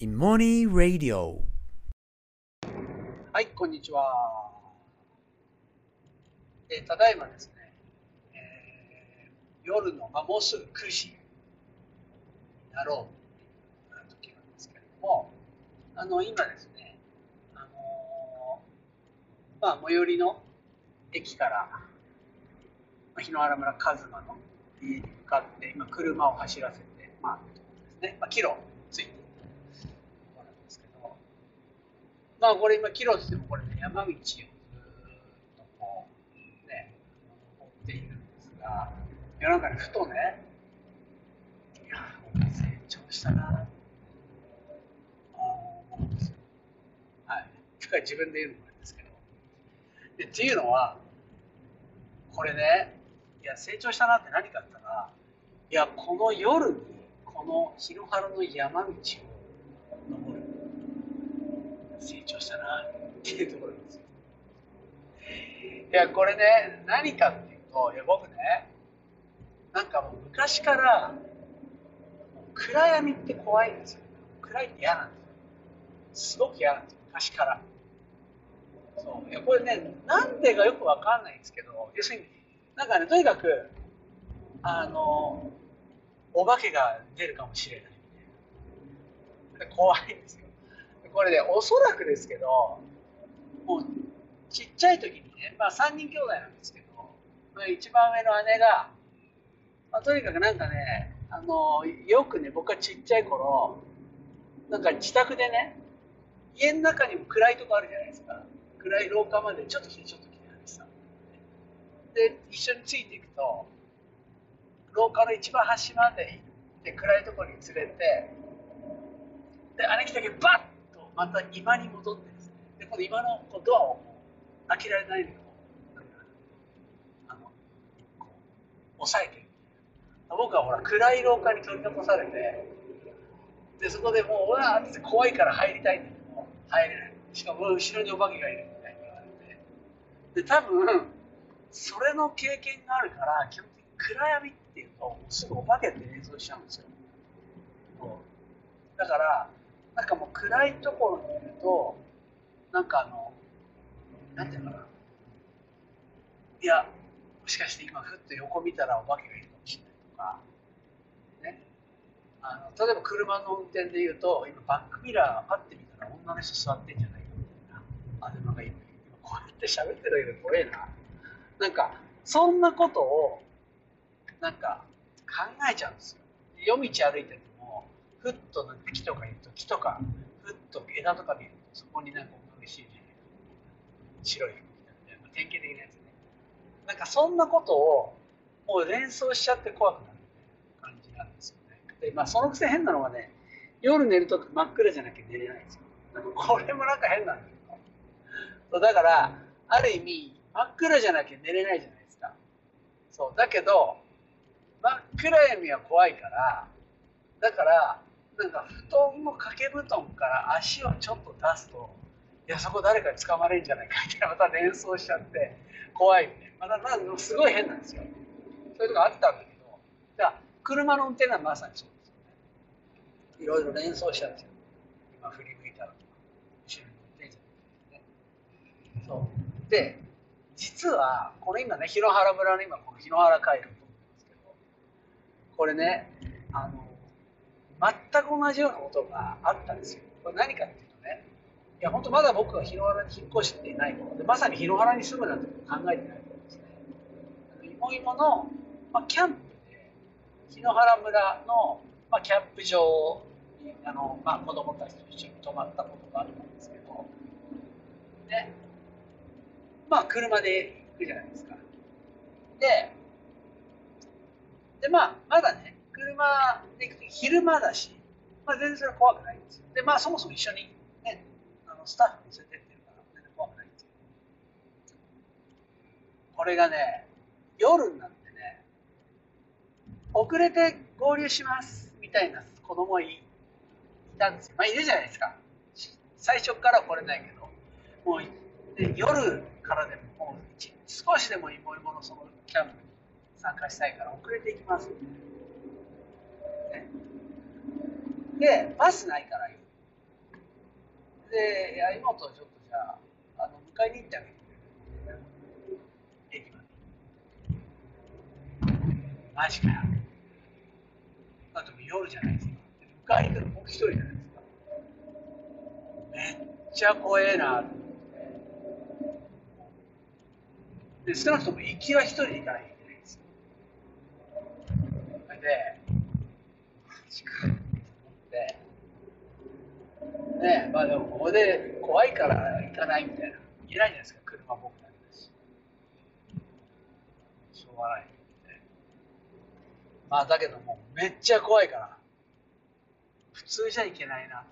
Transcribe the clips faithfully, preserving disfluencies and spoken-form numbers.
Imoni Radio。 はい、こんにちは。えー、ただいまですね、えー、夜の、まあ、もうすぐくじになろうという時なんですけれども、あの今ですね、あのー、まあ、最寄りの駅から、まあ、檜原村一馬の家に向かって今車を走らせて、まあですね、まあ、キロついているところなんですけど、まあこれ今キロって言ってもこれね、山道をずっとこうね登っているんですが、いやなんかね、ふとね、いや俺成長したなと思うんですよ。はい。自分で言うのもあれですけど。でっていうのはこれね、いや成長したなって何かあったら、いやこの夜にこの檜原の山道を登る、成長したなっていうところなんですよ。いやこれね、何かっていうと、いや僕ね、なんかもう昔から暗闇って怖いんですよ。暗いって嫌なんですよ。すごく嫌なんですよ、昔から。そういやこれね、なんでかよくわかんないんですけど、要するになんかね、とにかくあのお化けが出るかもしれないみたいな、怖いんですよ。これね、おそらくですけど、もうちっちゃい時にね、まあさんにん兄弟なんですけど、まあ、一番上の姉が、まあ、とにかくなんかね、あのよくね、僕がちっちゃい頃、なんか自宅でね、家の中にも暗いとこあるじゃないですか。暗い廊下までちょっと来てちょっと来てさ、で一緒についていくと、廊下の一番端まで行って暗いところに連れて、で姉貴だけバッとまた今に戻ってですね、でこの今のこうドアを開けられないのをあのこう押さえてる。僕はほら暗い廊下に取り残されて、でそこでもううわーって怖いから入りたいんだけど入れない。しかも後ろにお化けがいるみたいに言われて、で多分それの経験があるから、基本的に暗闇っていうとすぐお化けって連想しちゃうんですよ。だからなんかもう暗いところにいると、なんかあのなんていうのかな、いやもしかして今ふっと横見たらお化けがいるかもしれないとかね、あの例えば車の運転でいうと、今バックミラーパッて見たら女の人座ってんじゃないかみたいな、あでもなんか今こうやって喋ってるだけで怖えな、なんかそんなことをなんか考えちゃうんですよ。夜道歩いててもふっとなんか木とかいると、木とかふっと枝とか見ると、そこになんか女の人いるじゃないか、白い服着たみたいな、典型的なやつね。なんかそんなことをもう連想しちゃって怖くなる感じなんですよね。で、まあ、そのくせ変なのはね、夜寝ると真っ暗じゃなきゃ寝れないんですよ。これもなんか変なんだけど、だからある意味真っ暗じゃなきゃ寝れないじゃないですか。そうだけど真っ暗闇は怖いから、だからなんか布団の掛け布団から足をちょっと出すと、いやそこ誰かに捕まれるんじゃないかみたいな、また連想しちゃって怖いみたいな、またなんかすごい変なんですよ。そういうとこあったんだけど、じゃあ車の運転はまさにそうですよね。いろいろ連想しちゃうんですよ。今振り向いたらとか、後ろに乗ってんじゃないかってね。そうで、実はこれ今ね、檜原村の今この檜原回路を通ってますけど、これね、あの全く同じようなことがあったんですよ。これ何かっていうとね、いや本当まだ僕は檜原に引っ越していない頃で、まさに檜原に住むなんて考えてない頃ですね。芋芋の、まあ、キャンプで檜原村の、まあ、キャンプ場にあの、まあ、子供たちと一緒に泊まったことがあるんですけど、ね、まあ車で行くじゃないですか。で、でまあまだね、車で行くと昼間だし、まあ、全然それは怖くないんですよ。でまあそもそも一緒にね、あのスタッフ乗せてってるから全然怖くないんですけど、これがね、夜になってね、遅れて合流しますみたいな子供いたんですよ。まあいるじゃないですか。最初から来れないけど、もうで夜からでももう少しでも芋芋のそのキャンプに参加したいから遅れていきますみたいな、ね。でバスないからいい。 で、いや妹ちょっとじゃあ、あの迎えに行ってあげてくれる駅まで。マジかよ。だってもう夜じゃないですか。迎えに行くの僕一人じゃないですか。めっちゃ怖えなと思って。で、少なくとも行きは一人で行かなきゃいけないんですよ。で、マジかと思って、ねえ、まあでもここで怖いから行かないみたいな。言えないじゃないですか、車僕だけだし。しょうがないって。まあだけどもうめっちゃ怖いから、普通じゃいけないなと思って、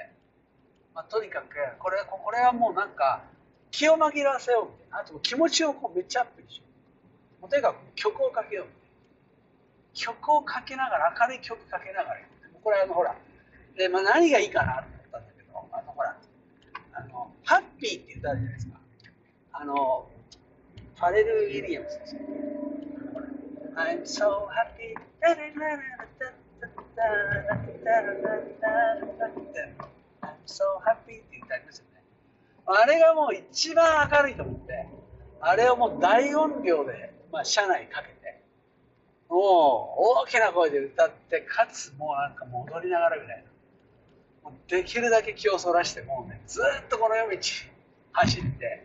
まあ、とにかくこれ、これはもうなんか気を紛らわせようみたいな。あと気持ちをこうめっちゃアップにしよう。もうとにかく曲をかけようみたいな。曲をかけながら、明るい曲かけながら、これあのほら、で、まあ、何がいいかなと思ったんだけど、あのほら、あの、ハッピーって歌あるじゃないですか。あの、ファレル・ウィリアムスですよ。I'm so happy. I'm so happy って歌ありますよね。あれがもう一番明るいと思って、あれをもう大音量で、まあ、車内かけて、もう大きな声で歌って、かつもうなんかもう踊りながらぐらいの。もうできるだけ気をそらして、もうね、ずっとこの夜道走って、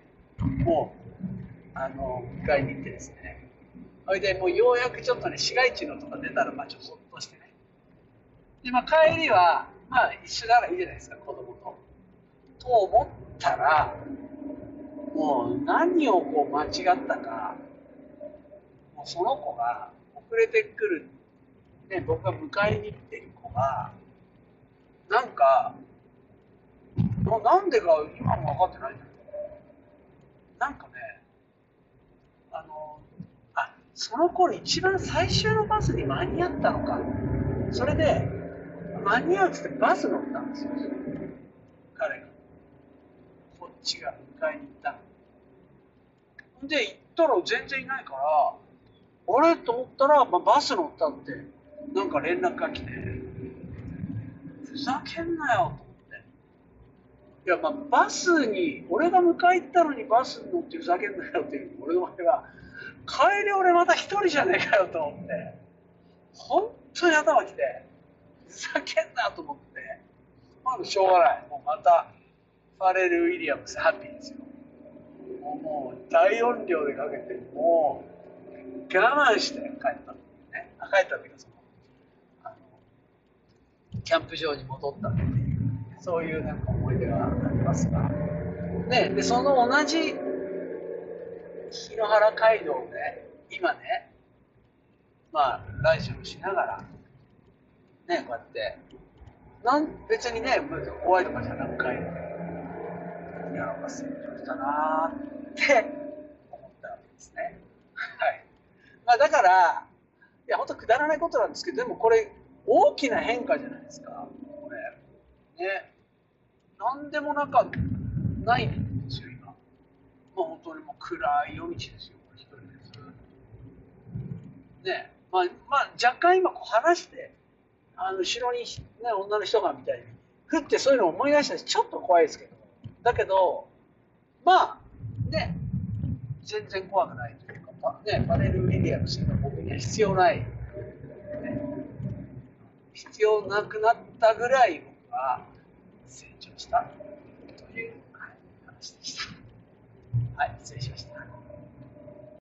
もう、あの、迎えに行ってですね。それでもうようやくちょっとね、市街地のとか出たら、まあちょっとほっとしてね。で、まあ帰りは、まあ一緒ならいいじゃないですか、子供と。と思ったら、もう何をこう間違ったか、もうその子が遅れてくる、ね、僕が迎えに行ってる子が、なんか、なんでか今も分かってないんだけど、なんかね、あの、あ、その頃一番最終のバスに間に合ったのか。それで、間に合うっつってバス乗ったんですよ。彼が。こっちが迎えに行ったの。で、行ったら全然いないから、あれと思ったら、まあ、バス乗ったって、なんか連絡が来て、ふざけんなよと思って。いや、まあ、バスに、俺が迎え行ったのにバスに乗ってふざけんなよっていう、俺の場合は、帰り俺また一人じゃねえかよと思って、本当に頭きて、ふざけんなと思って、まあ、しょうがない。もうまた、ファレル・ウィリアムス、ハッピーですよ。もう、もう大音量でかけて、もう、我慢して帰ったんね。あ、帰ったっていうか、その、あの、キャンプ場に戻ったっていう、そういうなんか思い出がありますが。ね、で、その同じ、檜原街道で、今ね、まあ、ラジオしながら、ね、こうやって、なん別にね、怖いとかじゃなく帰る。いや、なんか成長したなーって思ったわけですね。はい。まあ、だから、いや、本当くだらないことなんですけど、でもこれ、大きな変化じゃないですか。これ。ね。なんでもなかないんですよ、今。まあ、本当にもう暗い夜道ですよ、一人です。ね。まあ、まあ、若干今こう話して、あの後ろに、ね、女の人がみたいにふってそういうのを思い出したしちょっと怖いですけど、だけどまあね、全然怖くないというか、ね、パネル・ウィリアムスが僕には必要ない、ね、必要なくなったぐらい僕は成長したという、はい、話でした。はい、失礼しました。